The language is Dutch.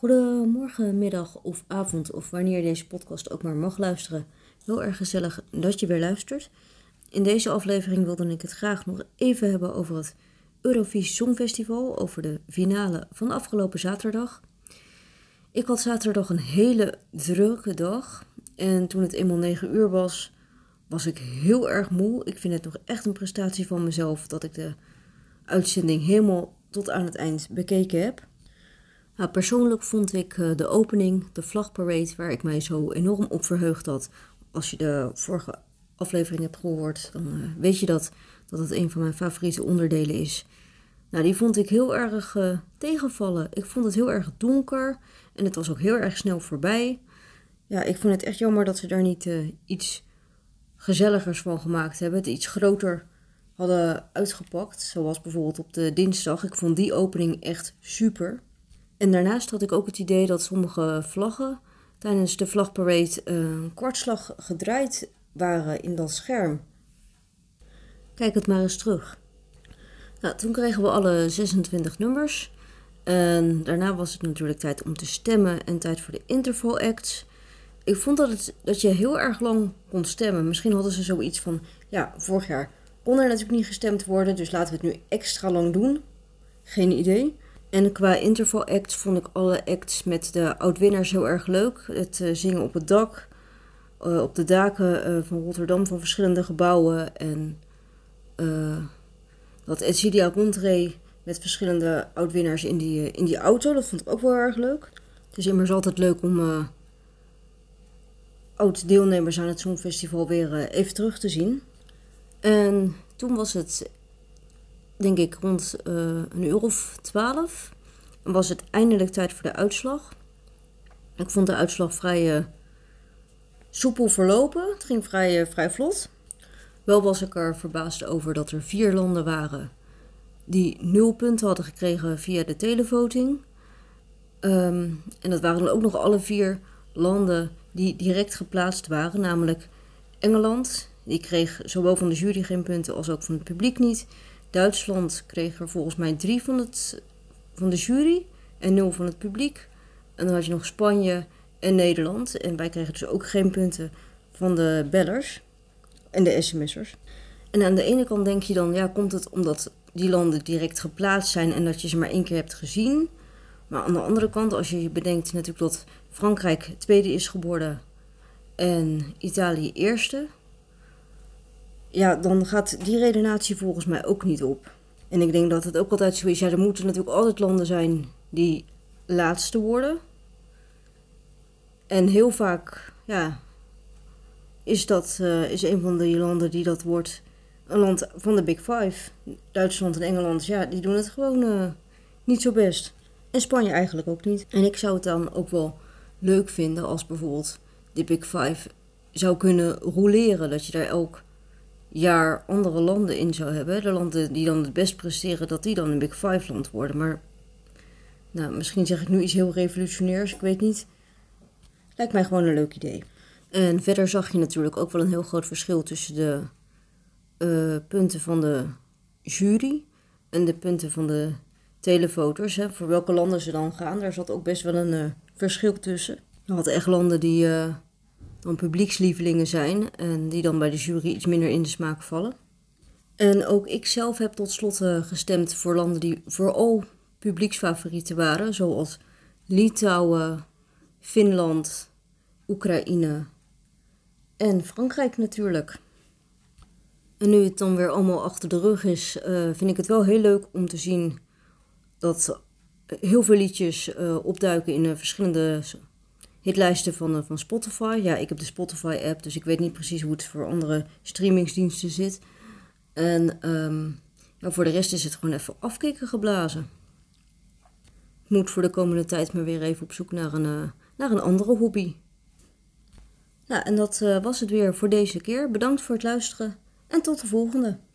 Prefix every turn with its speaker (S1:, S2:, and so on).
S1: Goedemorgen, middag of avond of wanneer je deze podcast ook maar mag luisteren. Heel erg gezellig dat je weer luistert. In deze aflevering wilde ik het graag nog even hebben over het Eurovisie Songfestival, over de finale van afgelopen zaterdag. Ik had zaterdag een hele drukke dag en toen het eenmaal 9 uur was ik heel erg moe. Ik vind het nog echt een prestatie van mezelf dat ik de uitzending helemaal tot aan het eind bekeken heb. Nou, persoonlijk vond ik de opening, de vlagparade, waar ik mij zo enorm op verheugd had. Als je de vorige aflevering hebt gehoord, dan weet je dat het een van mijn favoriete onderdelen is. Nou, die vond ik heel erg tegenvallen. Ik vond het heel erg donker en het was ook heel erg snel voorbij. Ja, ik vond het echt jammer dat ze daar niet iets gezelligers van gemaakt hebben. Het iets groter hadden uitgepakt, zoals bijvoorbeeld op de dinsdag. Ik vond die opening echt super. En daarnaast had ik ook het idee dat sommige vlaggen tijdens de vlagparade een kwartslag gedraaid waren in dat scherm. Kijk het maar eens terug. Nou, toen kregen we alle 26 nummers. En daarna was het natuurlijk tijd om te stemmen en tijd voor de interval acts. Ik vond dat je heel erg lang kon stemmen. Misschien hadden ze zoiets van, ja, vorig jaar kon er natuurlijk niet gestemd worden, dus laten we het nu extra lang doen. Geen idee. En qua interval acts vond ik alle acts met de oud-winnaars heel erg leuk. Het zingen op het dak, op de daken van Rotterdam van verschillende gebouwen. En dat Edcilia rondreed met verschillende oud-winnaars in die auto. Dat vond ik ook wel erg leuk. Het is immers altijd leuk om oud-deelnemers aan het Songfestival weer even terug te zien. En toen was het, denk ik, rond 1:12 was het eindelijk tijd voor de uitslag. Ik vond de uitslag vrij soepel verlopen. Het ging vrij vlot. Wel was ik er verbaasd over dat er 4 landen waren die 0 punten hadden gekregen via de televoting. En dat waren dan ook nog alle 4 landen die direct geplaatst waren. Namelijk Engeland, die kreeg zowel van de jury geen punten als ook van het publiek niet. Duitsland kreeg er volgens mij 3 van de jury en 0 van het publiek. En dan had je nog Spanje en Nederland. En wij kregen dus ook geen punten van de bellers en de sms'ers. En aan de ene kant denk je dan, ja, komt het omdat die landen direct geplaatst zijn en dat je ze maar 1 keer hebt gezien. Maar aan de andere kant, als je bedenkt natuurlijk dat Frankrijk tweede is geworden en Italië eerste, ja, dan gaat die redenatie volgens mij ook niet op. En ik denk dat het ook altijd zo is, ja, er moeten natuurlijk altijd landen zijn die laatste worden. En heel vaak, ja, is een van die landen die dat wordt een land van de Big Five. Duitsland en Engeland, ja, die doen het gewoon niet zo best. En Spanje eigenlijk ook niet. En ik zou het dan ook wel leuk vinden als bijvoorbeeld de Big Five zou kunnen roleren. Dat je daar elk jaar andere landen in zou hebben. De landen die dan het best presteren, dat die dan een Big Five land worden. Maar nou, misschien zeg ik nu iets heel revolutionairs, ik weet niet. Lijkt mij gewoon een leuk idee. En verder zag je natuurlijk ook wel een heel groot verschil tussen de punten van de jury en de punten van de televoters. Hè. Voor welke landen ze dan gaan, daar zat ook best wel een verschil tussen. Je had echt landen die dan publiekslievelingen zijn en die dan bij de jury iets minder in de smaak vallen. En ook ik zelf heb tot slot gestemd voor landen die vooral publieksfavorieten waren, zoals Litouwen, Finland, Oekraïne en Frankrijk natuurlijk. En nu het dan weer allemaal achter de rug is, vind ik het wel heel leuk om te zien dat heel veel liedjes opduiken in verschillende hitlijsten van Spotify. Ja, ik heb de Spotify-app, dus ik weet niet precies hoe het voor andere streamingsdiensten zit. En voor de rest is het gewoon even afkicken geblazen. Ik moet voor de komende tijd maar weer even op zoek naar een andere hobby. Nou, en dat was het weer voor deze keer. Bedankt voor het luisteren en tot de volgende.